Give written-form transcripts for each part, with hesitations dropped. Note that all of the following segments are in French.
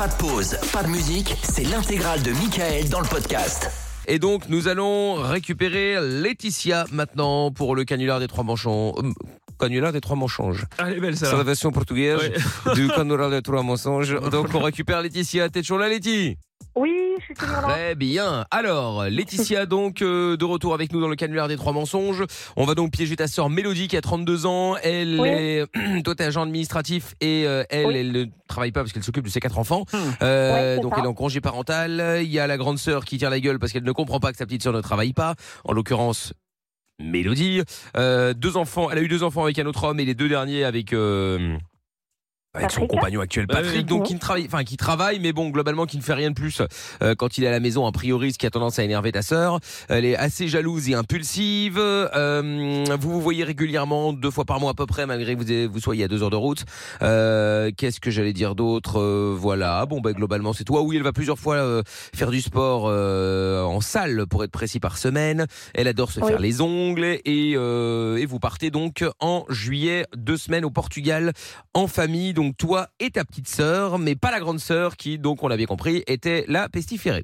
Pas de pause, pas de musique, c'est l'intégrale de Mickaël dans le podcast. Et donc, nous allons récupérer Laetitia maintenant pour le canular des trois mensonges. Canular des trois mensonges. Elle est belle, ça. C'est la version portugaise du canular des trois mensonges. Donc, on récupère Laetitia. T'es toujours là, Laetitia ? Oui, je suis toujours là. Très bien. Alors, Laetitia, donc, de retour avec nous dans le canular des trois mensonges. On va donc piéger ta sœur Mélodie qui a 32 ans. Elle est... Toi, t'es agent administratif et elle ne travaille pas parce qu'elle s'occupe de ses 4 enfants. Donc, elle est en congé parental. Il y a la grande sœur qui tient la gueule parce qu'elle ne comprend pas que sa petite sœur ne travaille pas. En l'occurrence... Mélodie, 2 enfants. Elle a eu 2 enfants avec un autre homme et les 2 derniers avec son compagnon actuel Patrick, donc qui travaille, mais bon, globalement qui ne fait rien de plus quand il est à la maison, a priori, ce qui a tendance à énerver ta sœur. Elle est assez jalouse et impulsive. Vous voyez régulièrement 2 fois par mois à peu près, malgré que vous soyez à 2 heures de route. Qu'est-ce que j'allais dire d'autre? Voilà, bon, globalement c'est toi. Oui, elle va plusieurs fois faire du sport en salle, pour être précis, par semaine. Elle adore se faire les ongles et vous partez donc en juillet 2 semaines au Portugal en famille. Donc toi et ta petite sœur, mais pas la grande sœur qui, donc on l'avait compris, était la pestiférée.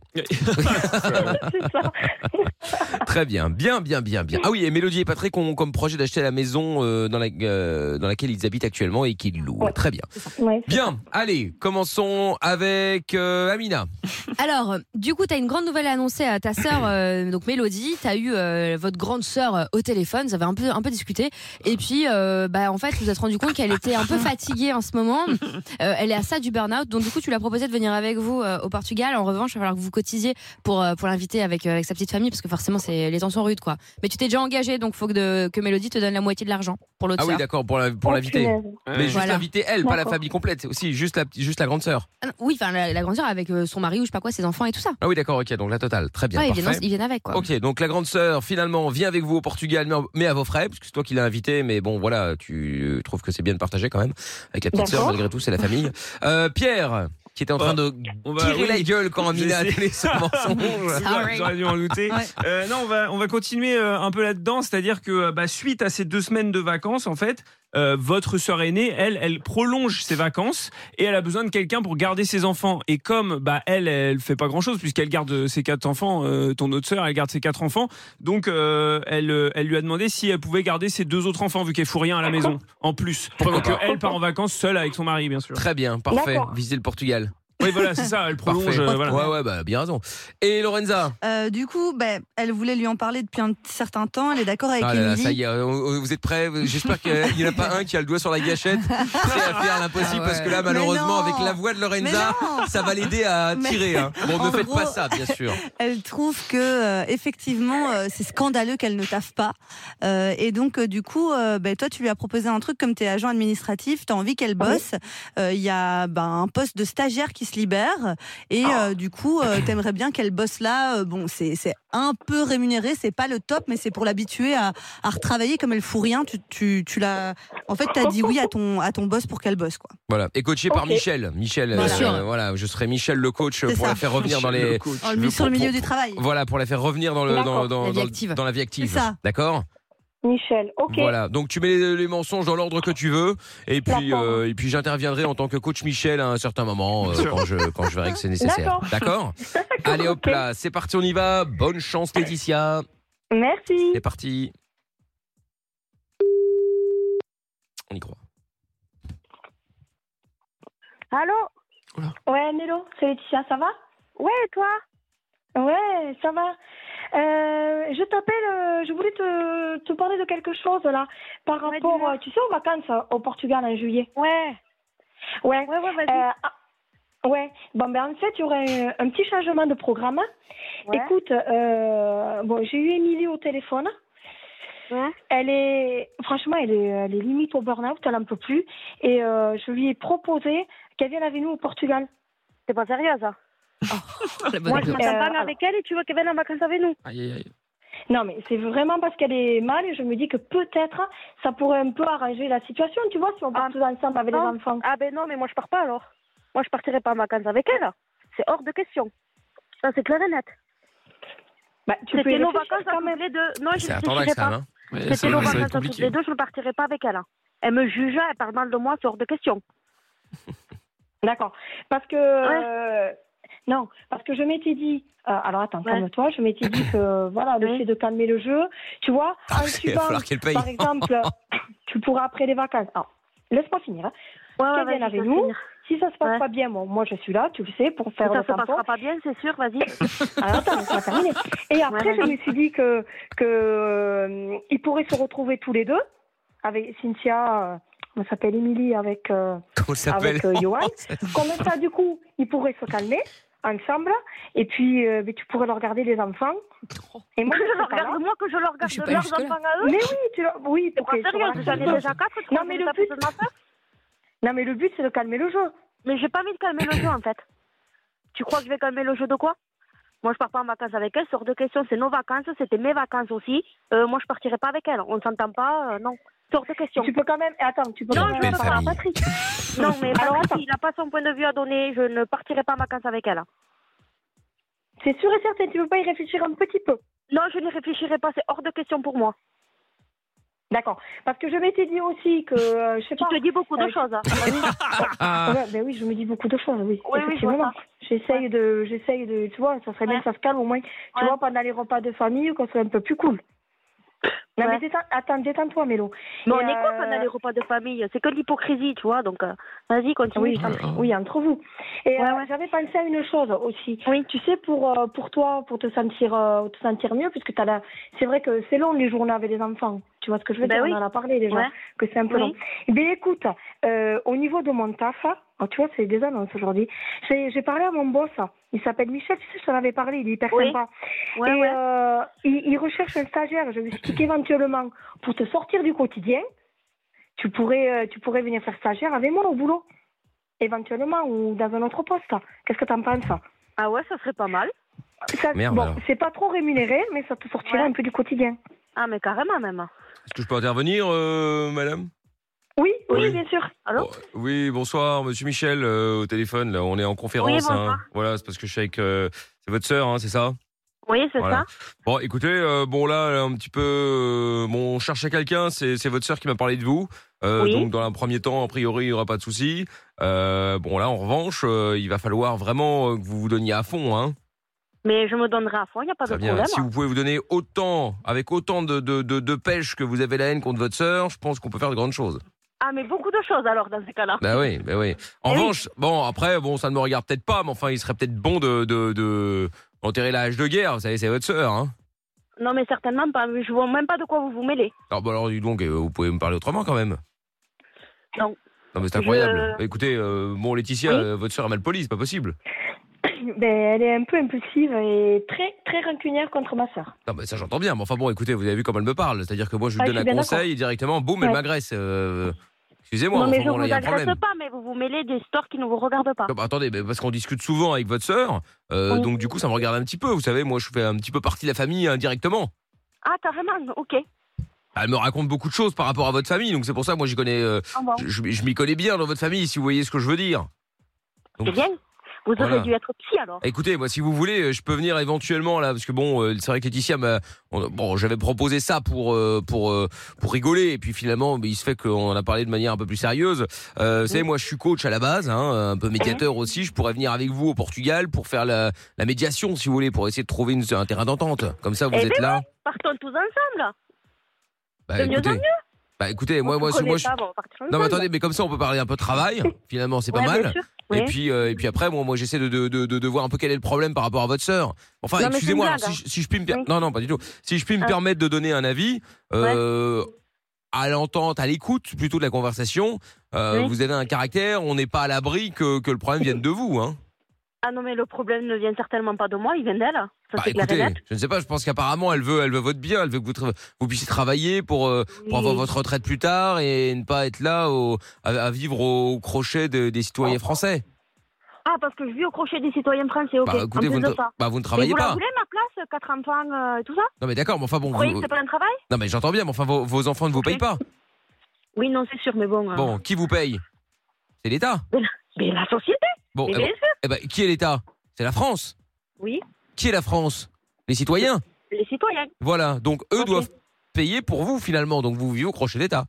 Très bien, bien. Ah oui, et Mélodie et Patrick ont comme projet d'acheter la maison dans laquelle ils habitent actuellement et qu'ils louent. Ouais. Très bien. Bien, allez, commençons avec Amina. Alors, du coup, tu as une grande nouvelle à annoncer à ta sœur, donc Mélodie. Tu as eu votre grande sœur au téléphone, vous avez un peu discuté. Et puis, en fait, vous vous êtes rendu compte qu'elle était un peu fatiguée en ce moment. Elle est à ça du burn-out. Donc, du coup, tu lui as proposé de venir avec vous au Portugal. En revanche, il va falloir que vous cotisiez pour l'inviter avec sa petite famille, parce que forcément, les temps sont rudes, quoi. Mais tu t'es déjà engagé, donc il faut que Mélodie te donne la moitié de l'argent pour l'autre sœur. Ah oui, d'accord, pour l'inviter. Mais juste l'inviter, elle, pas la famille complète. Aussi, juste la grande sœur. Oui, enfin, la grande sœur avec son mari ou je sais pas quoi, ses enfants et tout ça. Ah oui, d'accord, ok, donc la totale. Très bien. Ouais, parfait. Ils viennent avec, quoi. Ok, donc la grande sœur, finalement, vient avec vous au Portugal, mais à vos frais, parce que c'est toi qui l'as invité, mais bon, voilà, tu trouves que c'est bien de partager quand même. Avec la petite sœur, malgré tout, c'est la famille. Pierre, qui était en train de tirer la gueule quand Amina a donné ce mensonge. J'aurais dû en douter. Non, on va continuer un peu là-dedans, c'est-à-dire que suite à ces 2 semaines de vacances, en fait, votre sœur aînée, elle prolonge ses vacances et elle a besoin de quelqu'un pour garder ses enfants. Et comme elle fait pas grand-chose puisqu'elle garde ses 4 enfants, ton autre sœur, elle garde ses 4 enfants, donc elle lui a demandé si elle pouvait garder ses 2 autres enfants vu qu'elle fout rien à la maison en plus, pendant qu'elle part en vacances seule avec son mari, bien sûr. Très bien, parfait. Visiter le Portugal. Oui, voilà, c'est ça, elle prolonge. Voilà. Ouais, bien raison. Et Lorenza? Du coup, elle voulait lui en parler depuis un certain temps. Elle est d'accord avec Émilie. Ça y est, vous êtes prêts? J'espère qu'il n'y en a pas un qui a le doigt sur la gâchette, prêt à faire l'impossible, parce que là, malheureusement, avec la voix de Lorenza, ça va l'aider à tirer. Hein. Bon, ne faites pas ça, bien sûr. Elle trouve que, effectivement, c'est scandaleux qu'elle ne taffe pas. Et donc, du coup, toi, tu lui as proposé un truc, comme tu es agent administratif, tu as envie qu'elle bosse. Il y a un poste de stagiaire qui se libère et du coup t'aimerais bien qu'elle bosse là. C'est un peu rémunéré, c'est pas le top, mais c'est pour l'habituer à retravailler. Comme elle fout rien, tu l'as, en fait, t'as dit oui à ton boss pour qu'elle bosse, quoi. Voilà, et coaché par Michel, voilà, je serai Michel le coach pour la faire revenir dans les sur le milieu du travail. Voilà, pour la faire revenir dans la vie active. C'est ça. D'accord. Michel, ok. Voilà, donc tu mets les mensonges dans l'ordre que tu veux, et puis j'interviendrai en tant que coach Michel à un certain moment quand je verrai que c'est nécessaire. D'accord. Allez hop là, c'est parti, on y va. Bonne chance Laetitia. Merci. C'est parti. On y croit. Allô? Oula. Ouais, Mélo, c'est Laetitia, ça va? Ouais, et toi? Ouais, ça va. Je t'appelle, je voulais te parler de quelque chose là, par rapport, tu sais, aux vacances au Portugal en juillet. Ouais, vas-y. En fait, il y aurait un petit changement de programme. Ouais. Écoute, j'ai eu Émilie au téléphone. Ouais. Elle est limite au burn-out, elle n'en peut plus. Et je lui ai proposé qu'elle vienne avec nous au Portugal. T'es pas sérieuse, hein? Moi, je m'entends pas avec elle et tu veux qu'elle vienne en vacances avec nous. Aïe. Non, mais c'est vraiment parce qu'elle est mal et je me dis que peut-être ça pourrait un peu arranger la situation, tu vois, si on part tous ensemble avec les enfants. Ah ben non, mais moi je pars pas alors. Moi je partirai pas en vacances avec elle. C'est hors de question. Ça c'est clair et net. C'était nos vacances à toutes les deux. Non, je ne partirai pas. C'était nos vacances à toutes les deux, je ne partirai pas avec elle. Elle me juge, elle parle mal de moi, c'est hors de question. D'accord. Parce que non, parce que je m'étais dit. Alors attends, calme-toi. Je m'étais dit que voilà, le fait de calmer le jeu, tu vois, en suivant, par exemple, tu pourras après les vacances. Alors, laisse-moi finir. Hein. Qu'elle vienne avec nous. Si ça se passe pas bien, moi je suis là, tu le sais, pour faire le tampon. Ça se passera pas bien, c'est sûr. Vas-y. Alors attends, ça va terminer. Et après, je me suis dit que ils pourraient se retrouver tous les deux avec Cynthia. On s'appelle Émilie avec Johan. Comme ça, du coup, ils pourraient se calmer ensemble. Et puis, tu pourrais leur regarder les enfants. Et moi, je leur regarde moi que je leur regarde leurs enfants à eux. Mais oui, c'est pas sérieux. J'en ai déjà 4. Non, mais le but, c'est de calmer le jeu. Mais j'ai pas envie de calmer le jeu, en fait. Tu crois que je vais calmer le jeu de quoi? Moi, je pars pas en vacances avec elle. C'est hors de question. C'est nos vacances. C'était mes vacances aussi. Moi, je partirai pas avec elle. On s'entend pas. Non. Hors de question. Tu peux quand même. Attends, tu peux quand même parler à Patrick. Non, mais Patrick, il n'a pas son point de vue à donner. Je ne partirai pas en vacances avec elle. C'est sûr et certain. Tu ne peux pas y réfléchir un petit peu? Non, je n'y réfléchirai pas. C'est hors de question pour moi. D'accord. Parce que je m'étais dit aussi que, je sais pas. Tu te dis beaucoup de choses. Ben oui, je me dis beaucoup de choses, oui. Effectivement. J'essaye de, tu vois, ça serait bien que ça se calme au moins, tu vois, pendant les repas de famille, qu'on soit un peu plus cool. Non, mais détends-toi, Mélo. Mais on est quoi pendant les repas de famille? C'est que de l'hypocrisie, tu vois, donc vas-y, continue. Oui, entre vous. Et j'avais pensé à une chose aussi. Oui. Tu sais, pour toi, pour te sentir mieux, puisque c'est vrai que c'est long les journées avec les enfants. Tu vois ce que je veux dire? On en a parlé déjà, que c'est un peu long. Eh bien, écoute, au niveau de mon taf, tu vois, c'est des annonces aujourd'hui. J'ai parlé à mon boss, il s'appelle Michel, tu sais, je t'en avais parlé, il est hyper sympa. Il recherche un stagiaire, je lui explique éventuellement, pour te sortir du quotidien, tu pourrais venir faire stagiaire avec moi au boulot, éventuellement, ou dans un autre poste. Qu'est-ce que t'en penses? Ah ouais, ça serait pas mal. C'est pas trop rémunéré, mais ça te sortirait un peu du quotidien. Ah, mais carrément même. Est-ce que je peux intervenir, madame? Oui, bien sûr. Allô? Oui, bonsoir, monsieur Michel, au téléphone, là, on est en conférence. Oui, voilà, c'est parce que je suis avec... c'est votre sœur, c'est ça? Oui, c'est ça. Bon, écoutez, là, un petit peu... on cherchait quelqu'un, c'est votre sœur qui m'a parlé de vous. Donc, dans un premier temps, a priori, il n'y aura pas de souci. Là, en revanche, il va falloir vraiment que vous vous donniez à fond, hein. Mais je me donnerai à fond, il n'y a pas de problème. Si vous pouvez vous donner avec autant de pêche que vous avez la haine contre votre sœur, je pense qu'on peut faire de grandes choses. Ah, mais beaucoup de choses alors dans ces cas-là. Bah oui. En revanche, après, ça ne me regarde peut-être pas, mais enfin, il serait peut-être bon de enterrer la hache de guerre. Vous savez, c'est votre sœur, hein. Non, mais certainement pas. Je vois même pas de quoi vous vous mêlez. Alors, dis donc, vous pouvez me parler autrement quand même. Non. Non, mais c'est incroyable. Écoutez, Laetitia, votre sœur est mal polie, c'est pas possible. Elle est un peu impulsive et très, très rancunière contre ma sœur. Non, mais ça j'entends bien. Mais enfin bon, écoutez, vous avez vu comment elle me parle. C'est-à-dire que moi, je lui donne un conseil et directement, boum, elle m'agresse. Excusez-moi. Non, mais je vous agresse pas, mais vous vous mêlez des histoires qui ne vous regardent pas. Non, attendez, parce qu'on discute souvent avec votre sœur, donc du coup, ça me regarde un petit peu. Vous savez, moi, je fais un petit peu partie de la famille indirectement. Ah, carrément, ok. Elle me raconte beaucoup de choses par rapport à votre famille, donc c'est pour ça que moi, j'y connais, je m'y connais bien dans votre famille, si vous voyez ce que je veux dire. Donc, c'est bien. Vous aurez dû être psy alors. Écoutez, moi si vous voulez, je peux venir éventuellement là, parce que c'est vrai que Laetitia j'avais proposé ça pour rigoler, et puis finalement, il se fait qu'on en a parlé de manière un peu plus sérieuse. Vous savez, moi je suis coach à la base, hein, un peu médiateur aussi. Je pourrais venir avec vous au Portugal pour faire la médiation, si vous voulez, pour essayer de trouver un terrain d'entente. Comme ça, vous êtes là. Partons tous ensemble. De mieux en mieux. Bah écoutez, moi non mais attendez, mais comme ça on peut parler un peu de travail. Finalement, c'est pas mal. Et puis après, moi j'essaie de voir un peu quel est le problème par rapport à votre sœur. Enfin, excusez-moi, si je puis me non, pas du tout. Si je puis me permettre de donner un avis à l'entente, à l'écoute plutôt de la conversation, vous avez un caractère, on n'est pas à l'abri que le problème vienne de vous, hein. Ah non, mais le problème ne vient certainement pas de moi, il vient d'elle. Écoutez, je ne sais pas, je pense qu'apparemment elle veut votre bien, elle veut que vous puissiez travailler pour avoir votre retraite plus tard et ne pas être là à vivre au crochet des citoyens français. Ah, parce que je vis au crochet des citoyens français, ok. Écoutez, vous ne travaillez pas. Vous la voulez, ma place, 4 enfants, tout ça? Non mais d'accord, mais enfin bon... Vous croyez que c'est pas un travail? Non mais j'entends bien, mais enfin vos enfants ne vous payent pas. Oui, non, c'est sûr, mais bon... Bon, qui vous paye? C'est l'État. Mais la société. Bon, qui est l'État? C'est la France. Oui. Qui est la France? Les citoyens. Les citoyens. Voilà, donc eux doivent payer pour vous finalement, donc vous vivez au crochet d'État.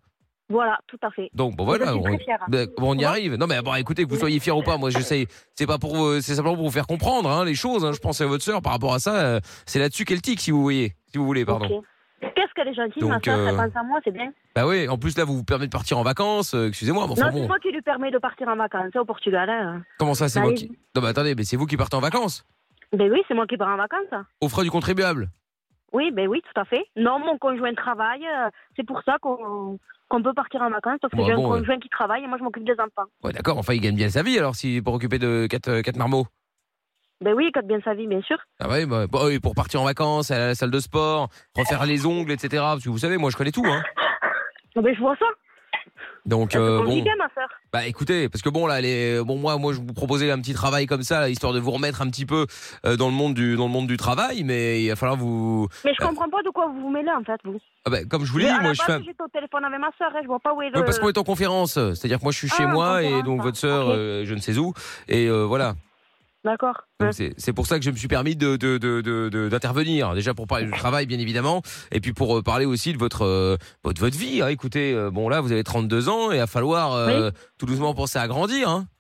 Voilà, tout à fait. Donc bon voilà, on y arrive. Non mais bon, écoutez, que vous soyez fiers ou pas, moi j'essaye. C'est pas pour vous, c'est simplement pour vous faire comprendre les choses. Je pensais à votre sœur par rapport à ça. C'est là-dessus qu'elle tique, si vous voulez, pardon. Okay. Qu'est-ce qu'elle est gentille, donc, ma sœur, elle pense à moi, c'est bien. Bah oui, en plus là, vous permettez de partir en vacances. Excusez-moi, mais enfin non, bon. c'est moi qui lui permets de partir en vacances au Portugal. Hein. Comment ça, c'est moi qui... Non mais attendez, mais c'est vous qui partez en vacances? Ben oui, c'est moi qui pars en vacances. Aux frais du contribuable? Oui, ben oui, tout à fait. Non, mon conjoint travaille, c'est pour ça qu'on peut partir en vacances, parce que j'ai un conjoint qui travaille et moi je m'occupe des enfants. Ouais, d'accord, enfin il gagne bien sa vie alors, si pour occuper de 4 marmots. Ben oui, il gagne bien sa vie, bien sûr. Ah ouais, bah, pour partir en vacances, à la salle de sport, refaire les ongles, etc. Parce que vous savez, moi je connais tout, hein. Ben je vois ça. Donc bon. Ma soeur. Bah écoutez, parce que bon là, moi je vous proposais un petit travail comme ça, là, histoire de vous remettre un petit peu dans le monde du travail, mais il va falloir vous. Mais je comprends pas de quoi vous vous mêlez en fait, vous. Ah bah, comme je vous l'ai dit, moi je fais. J'étais au téléphone avec ma soeur, je vois pas où est le. Parce qu'on est en conférence, c'est-à-dire que moi je suis chez moi et donc votre sœur, je ne sais où, et voilà. D'accord. Donc c'est pour ça que je me suis permis d'intervenir, déjà pour parler du travail bien évidemment, et puis pour parler aussi de votre vie. Écoutez, bon là vous avez 32 ans et il va falloir tout doucement penser à grandir. Hein.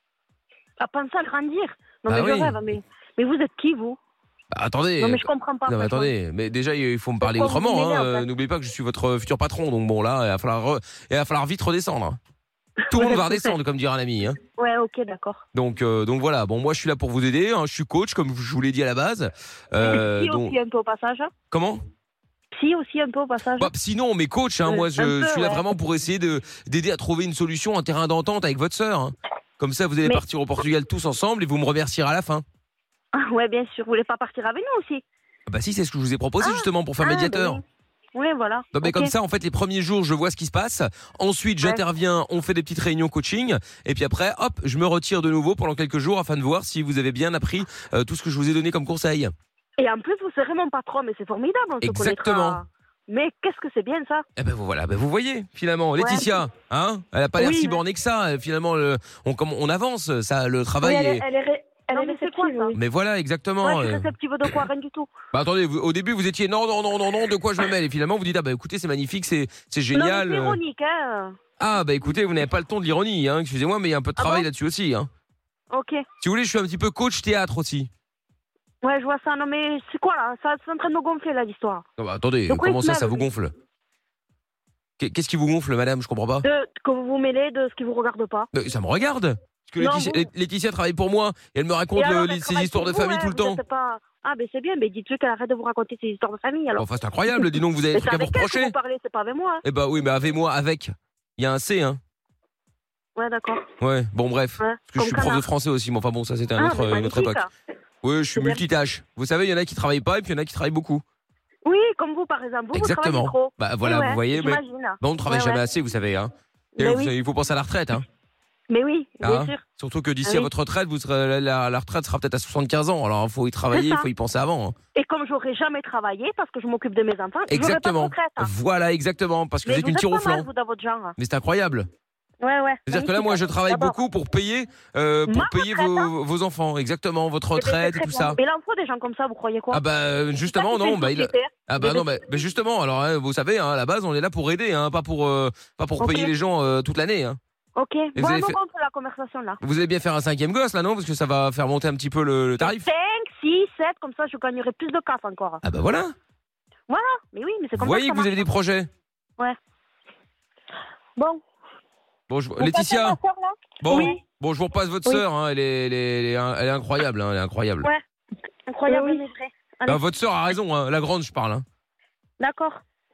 À penser à grandir. Non mais je rêve, mais vous êtes qui vous? Bah, attendez. Non mais je comprends pas. Non mais attendez, mais déjà il faut me parler autrement. Hein. N'oubliez pas que je suis votre futur patron, donc bon là il va falloir vite redescendre. Hein. Tout le monde va redescendre, comme dirait un ami. Hein. Ouais, ok, d'accord. Donc voilà. Bon, moi, je suis là pour vous aider. Hein. Je suis coach, comme je vous l'ai dit à la base. Psy aussi un peu au passage. Comment? Psy aussi un peu au passage. Bah, sinon, mais coach, hein, moi, je suis là vraiment pour essayer d'aider à trouver une solution, un terrain d'entente avec votre sœur. Hein. Comme ça, vous allez partir au Portugal tous ensemble et vous me remercierez à la fin. Ah ouais, bien sûr. Vous voulez pas partir avec nous aussi? Bah si, c'est ce que je vous ai proposé justement pour faire médiateur. Ben oui. Oui, voilà. Non, mais comme ça, en fait, les premiers jours, je vois ce qui se passe. Ensuite, j'interviens, on fait des petites réunions coaching. Et puis après, hop, je me retire de nouveau pendant quelques jours afin de voir si vous avez bien appris tout ce que je vous ai donné comme conseil. Et en plus, vous serez mon patron, mais c'est formidable. On exactement. Se connaîtra. Mais qu'est-ce que c'est bien ça? Eh ben voilà, vous voyez, finalement. Laetitia, hein, elle a pas l'air si bornée que ça. Finalement, on avance, ça, le travail Elle est réceptive, ça. Mais voilà, exactement. Ouais, je suis réceptive de quoi? Rien du tout. Bah attendez, au début vous étiez non, de quoi je me mêle. Et finalement vous dites écoutez, c'est magnifique, c'est génial. Non, c'est ironique, hein. Ah bah écoutez, vous n'avez pas le ton de l'ironie, hein. Excusez-moi, mais il y a un peu de travail là-dessus aussi, hein. Ok. Si vous voulez, je suis un petit peu coach théâtre aussi. Ouais, je vois ça. Non mais c'est quoi là? Ça c'est en train de me gonfler là l'histoire. Non bah attendez, comment ça vous gonfle? Qu'est-ce qui vous gonfle, madame? Je comprends pas. Que vous vous mêlez de ce qui vous regarde pas. Mais ça me regarde. Parce que Laetitia travaille pour moi et elle me raconte ses histoires de famille tout le temps. Ah, ben c'est bien, mais dites-lui qu'elle arrête de vous raconter ses histoires de famille alors. Enfin, c'est incroyable, dis donc, vous avez des trucs à vous reprocher. Vous parlez, c'est pas avec moi. Hein. Eh bah oui, mais avec moi, avec. Il y a un C, hein. Ouais, d'accord. Ouais, bon, bref. Ouais, parce que je suis prof de français aussi, mais enfin bon, ça c'était une autre époque. Oui, je suis multitâche. Vous savez, il y en a qui travaillent pas et puis il y en a qui travaillent beaucoup. Oui, comme vous par exemple. Exactement. Vous travaillez trop. Bah voilà, vous voyez, mais on ne travaille jamais assez, vous savez, hein. Et il faut penser à la retraite, hein. Mais oui, bien sûr. Surtout que d'ici à votre retraite, la retraite sera peut-être à 75 ans. Alors il faut y travailler, il faut y penser avant. Hein. Et comme j'aurais jamais travaillé parce que je m'occupe de mes enfants, exactement. J'aurais pas de retraite. Hein. Voilà, exactement, parce que vous êtes une tire au flanc. Vous dans votre genre. Mais c'est incroyable. Ouais. C'est-à-dire que là, moi, je travaille beaucoup pour payer vos enfants, exactement, votre retraite et tout ça. Mais là, il faut des gens comme ça, vous croyez quoi? Ah bah justement, non, mais justement, alors hein, vous savez, hein, à la base, on est là pour aider, hein, pas pour payer les gens toute l'année. Hein. Ok, bon, on compte la conversation là. Vous allez bien faire un 5e gosse là, non? Parce que ça va faire monter un petit peu le tarif. 5, 6, 7, comme ça je gagnerai plus de casse encore. Ah bah voilà. Voilà, mais oui, mais c'est comme ça. Vous voyez que vous avez des projets. Ouais. Bon, Laetitia. Bon, oui. Bon, je vous repasse votre sœur, hein, elle est incroyable, hein, elle est incroyable. Ouais, incroyable, oui. Bah, votre sœur a raison, hein, la grande, je parle. Hein. D'accord.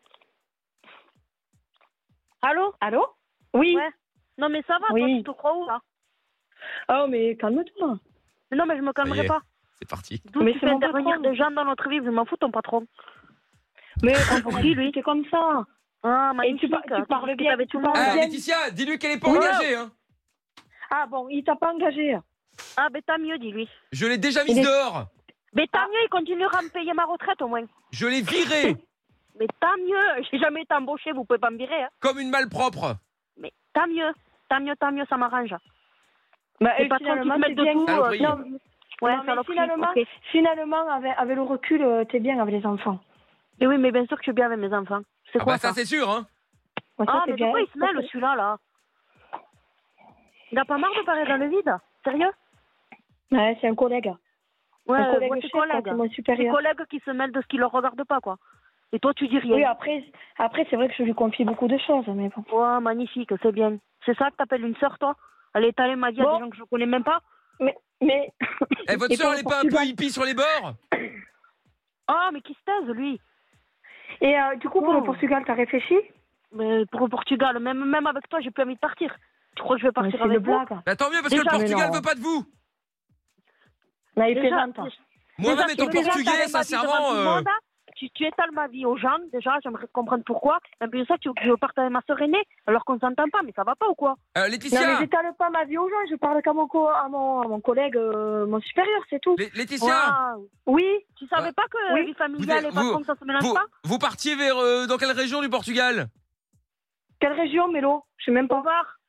Allô? Oui. Ouais. Non mais ça va, toi tu te crois où là? Oh mais calme-toi. Non mais je me calmerai pas. C'est parti. D'où tu fais intervenir des gens dans notre vie, je m'en fous ton patron. Mais pour qui lui? C'est comme ça. Ah magnifique. Tu parles bien avec tout le monde. Ah Laetitia, dis-lui qu'elle est pas engagée hein. Ah bon, il t'a pas engagé. Ah ben tant mieux, dis-lui. Je l'ai déjà mise dehors. Mais tant mieux, il continuera à me payer ma retraite au moins. Je l'ai viré. Mais tant mieux, j'ai jamais été embauché, vous pouvez pas me virer. Hein. Comme une malpropre. Mais tant mieux, ça m'arrange. Bah, c'est pas trop qu'ils te mettent de tout. Finalement, avec le recul, t'es bien avec les enfants. Et oui, mais bien sûr que je suis bien avec mes enfants. C'est ah quoi bah ça c'est sûr, hein. Mais pourquoi il se mêle celui-là, là? Il a pas marre de parler dans le vide? Sérieux? Ouais, c'est un collègue. Ouais, un collègue c'est mon supérieur. C'est collègue qui se mêle de ce qui ne le regarde pas, quoi. Et toi, tu dis rien. Oui, après c'est vrai que je lui confie beaucoup de choses, mais bon. Ouais, magnifique, c'est bien. C'est ça que t'appelles une sœur, toi? Elle est étalée ma vie à des gens que je connais même pas? Mais... votre sœur, elle est pas un peu hippie sur les bords? Ah, mais qui se taise, lui? Et du coup, pour le Portugal, t'as réfléchi? Mais pour le Portugal, même avec toi, j'ai plus envie de partir. Tu crois que je vais partir avec vous? Bah, tant mieux, parce que le Portugal veut pas de vous. Là, il plaisante. Moi-même étant portugais, sincèrement... Tu étales ma vie aux gens, déjà, j'aimerais comprendre pourquoi. Et puis ça, tu veux que je parte avec ma sœur aînée, alors qu'on ne s'entend pas, mais ça va pas ou quoi? Laetitia! Non, mais j'étale pas ma vie aux gens, je parle qu'à mon collègue, mon supérieur, c'est tout. Laetitia! Oui, tu savais pas que la vie familiale et patron, ça se mélange pas? Vous partiez vers dans quelle région du Portugal? Quelle région, Mélo? Je sais même pas.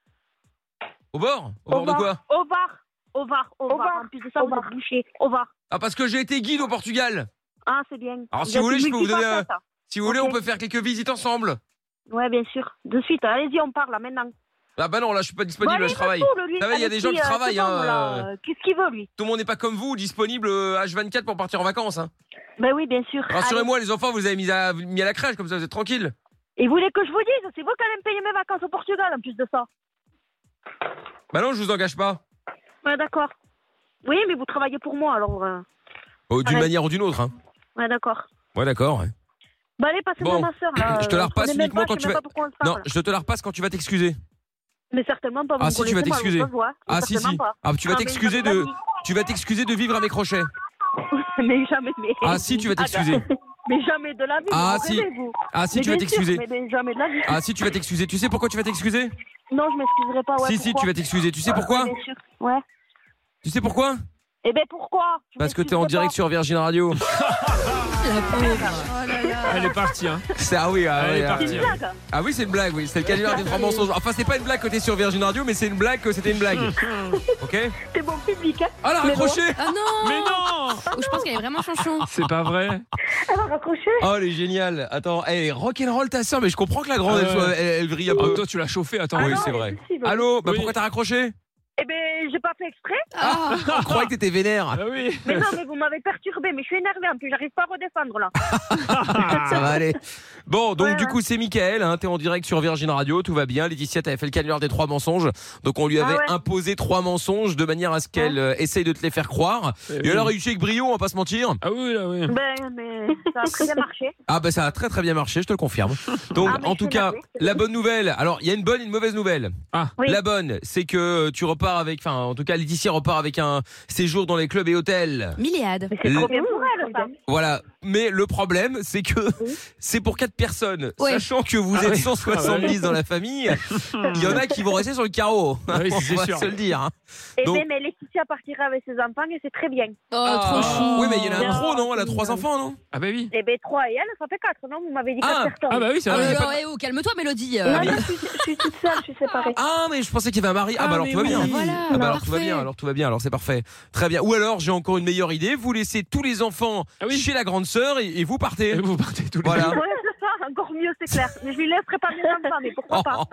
Au bord? Au bord de quoi? Au Var. En plus de ça, vous êtes bouché. Au Var. Ah, parce que j'ai été guide au Portugal. Ah, c'est bien. Alors, si vous voulez, je peux vous donner. Si vous voulez, on peut faire quelques visites ensemble. Ouais, bien sûr. De suite, allez-y, on parle là maintenant. Ah, bah non, là, je suis pas disponible, là, je travaille. Vous savez, il y a des gens qui travaillent. Qu'est-ce qu'il veut, lui? Tout le monde n'est pas comme vous, disponible H24 pour partir en vacances. Hein. Ben oui, bien sûr. Rassurez-moi, les enfants, vous avez mis à la crèche, comme ça, vous êtes tranquille. Et vous voulez que je vous dise? C'est vous qui allez me payer mes vacances au Portugal, en plus de ça. Bah non, je vous engage pas. Ouais, d'accord. Oui, mais vous travaillez pour moi, alors... D'une manière ou d'une autre, hein. Ouais, d'accord. Ouais, d'accord, ouais. Bah allez, passez-moi ma soeur, là. Je te la repasse uniquement quand tu vas... Non, je te la repasse quand tu vas t'excuser. Mais certainement pas. Ah si, tu vas t'excuser. Ah si. Ah, tu vas t'excuser de... Tu vas t'excuser de vivre à mes crochets. Mais jamais. Ah si, tu vas t'excuser. Mais jamais de la vie. Ah si. Ah si, tu vas t'excuser. Mais jamais de la vie. Ah si, tu vas t'excuser. Tu sais pourquoi tu vas t'excuser? Non, je m'excuserai pas. Ouais, si, tu vas t'excuser. Tu sais pourquoi? Bien sûr. Ouais. Tu sais pourquoi? Eh ben pourquoi? Parce que t'es en direct sur Virgin Radio. La pauvre. Elle est partie, hein. Elle est partie. C'est une blague. Ah oui, c'est une blague, oui. C'est le canular des 3 mensonges. Enfin, c'est pas une blague que t'es sur Virgin Radio, mais c'est une blague que c'était une blague. Ok? T'es bon public, hein? Ah, elle a raccroché! Ah non! Mais non! Je pense qu'elle est vraiment chanchon. C'est pas vrai. Elle a raccroché. Oh, elle est géniale. Attends, elle est rock'n'roll ta sœur, mais je comprends que la grande, elle brille un peu. Toi, tu l'as chauffé, attends. Oui, non, c'est vrai. impossible. Allô? Bah Oui. pourquoi t'as raccroché? Eh ben, j'ai pas fait exprès. Ah. Je croyais que t'étais vénère. Ah oui. Mais non, mais vous m'avez perturbé. Mais je suis énervée. En plus, j'arrive pas à redescendre là. Ça va aller. Bon, donc Ouais, du coup, c'est Mickaël, hein, t'es en direct sur Virgin Radio, tout va bien. Laetitia, t'avais fait le canular des 3 mensonges. Donc on lui avait imposé 3 mensonges de manière à ce qu'elle essaye de te les faire croire. Et elle a réussi avec brio, on va pas se mentir. Ah oui, là, oui. Ben, mais ça a très bien marché. Ah bah ça a très très bien marché, je te le confirme. Donc en tout cas, la bonne nouvelle, alors il y a une bonne et une mauvaise nouvelle. Oui. La bonne, c'est que tu repars avec, enfin en tout cas Laetitia repart avec un séjour dans les clubs et hôtels. Milliade. Mais c'est trop bien pour elle, ça. Voilà, mais le problème c'est que c'est pour 4 personnes. Ouais. Sachant que vous êtes 170 dans la famille, il y en a qui vont rester sur le carreau. Ah oui, c'est on va sûr. se le dire. Hein. Eh Donc- ben, mais Laetitia partira avec ses enfants et c'est très bien. Oh, trop chou. Oui, mais il y en a un trop, non? Elle a 3 enfants, non? Ah bah oui. Eh ben, 3 et elle, ça fait 4, non? Vous m'avez dit 4 Ah. personnes. Ah bah oui, c'est vrai. Calme-toi, Mélodie. Non, non, je suis toute seule, je suis séparée. Ah, mais je pensais qu'il y avait un mari. Ah, bah alors mais tout va oui. bien. Voilà, Ah bah alors tout va parfait. bien, alors tout va bien, alors c'est parfait. Très bien. Ou alors j'ai encore une meilleure idée, vous laissez tous les enfants chez la grande sœur et vous partez. Et vous partez tous les Voilà. Ouais, c'est ça, encore mieux, c'est clair. Mais je lui laisserai pas mes enfants, mais pourquoi pas?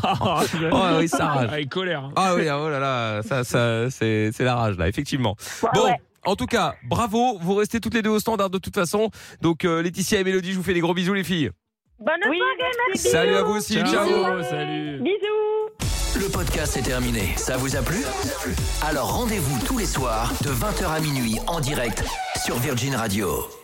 Oh oui, ça rage. Avec colère. Ah oui, oh là là, ça c'est la rage là, effectivement. Bon. Ouais. En tout cas, bravo, vous restez toutes les deux au standard de toute façon. Donc Laetitia et Mélodie, je vous fais des gros bisous les filles. Bonne soirée, merci. Salut à vous aussi, ciao. Salut. Bisous. Le podcast est terminé. Ça vous a plu? Alors rendez-vous tous les soirs de 20h à minuit en direct sur Virgin Radio.